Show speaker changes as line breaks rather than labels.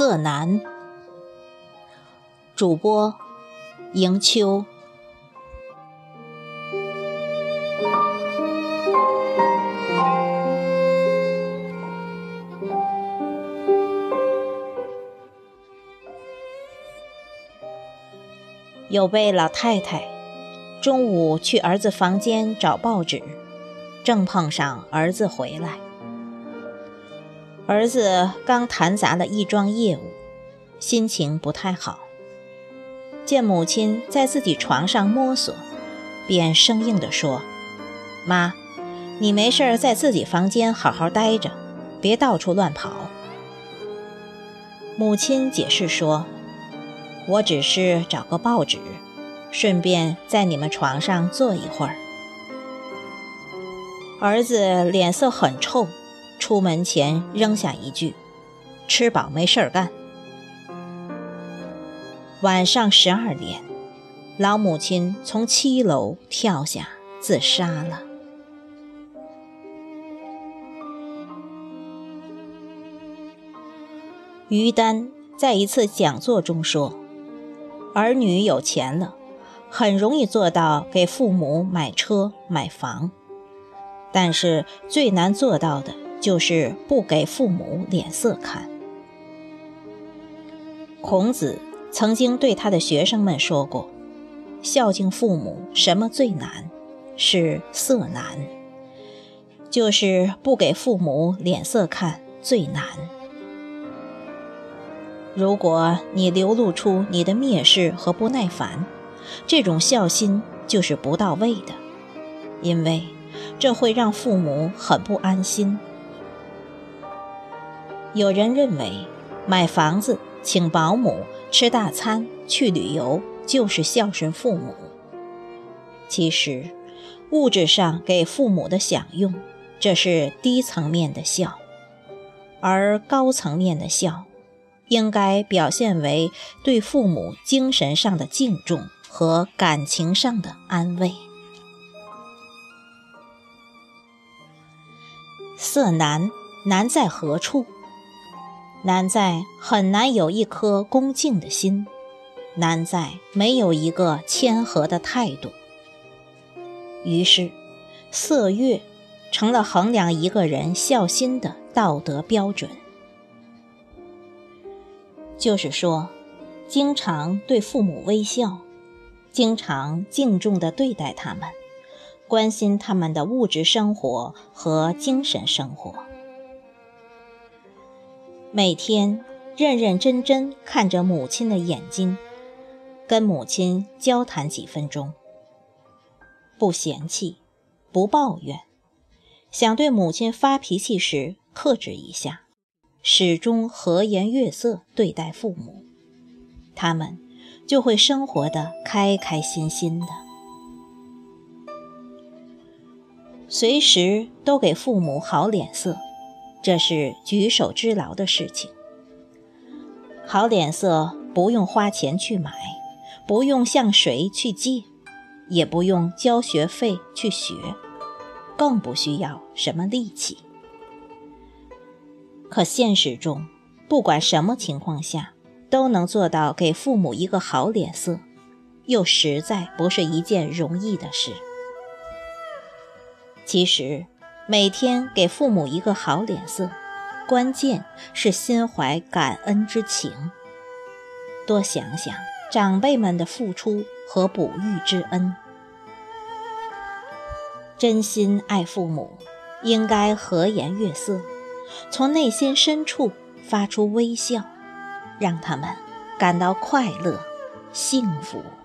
色难。主播迎秋。有位老太太中午去儿子房间找报纸，正碰上儿子回来。儿子刚谈砸了一桩业务，心情不太好，见母亲在自己床上摸索，便生硬地说：妈，你没事在自己房间好好待着，别到处乱跑。母亲解释说：我只是找个报纸，顺便在你们床上坐一会儿。儿子脸色很臭，出门前扔下一句：吃饱没事干。晚上12点，老母亲从7楼跳下自杀了。于丹在一次讲座中说，儿女有钱了，很容易做到给父母买车买房，但是最难做到的就是不给父母脸色看。孔子曾经对他的学生们说过，孝敬父母什么最难？是色难，就是不给父母脸色看最难。如果你流露出你的蔑视和不耐烦，这种孝心就是不到位的，因为这会让父母很不安心。有人认为买房子、请保姆、吃大餐、去旅游就是孝顺父母。其实物质上给父母的享用，这是低层面的孝，而高层面的孝应该表现为对父母精神上的敬重和感情上的安慰。色难，难在何处？难在很难有一颗恭敬的心，难在没有一个谦和的态度。于是色悦成了衡量一个人孝心的道德标准。就是说，经常对父母微笑，经常敬重地对待他们，关心他们的物质生活和精神生活，每天认认真真看着母亲的眼睛，跟母亲交谈几分钟，不嫌弃，不抱怨，想对母亲发脾气时克制一下，始终和颜悦色对待父母，他们就会生活得开开心心的。随时都给父母好脸色，这是举手之劳的事情。好脸色不用花钱去买，不用向谁去借，也不用交学费去学，更不需要什么力气。可现实中，不管什么情况下，都能做到给父母一个好脸色，又实在不是一件容易的事。其实，每天给父母一个好脸色，关键是心怀感恩之情。多想想长辈们的付出和哺育之恩。真心爱父母，应该和颜悦色，从内心深处发出微笑，让他们感到快乐、幸福。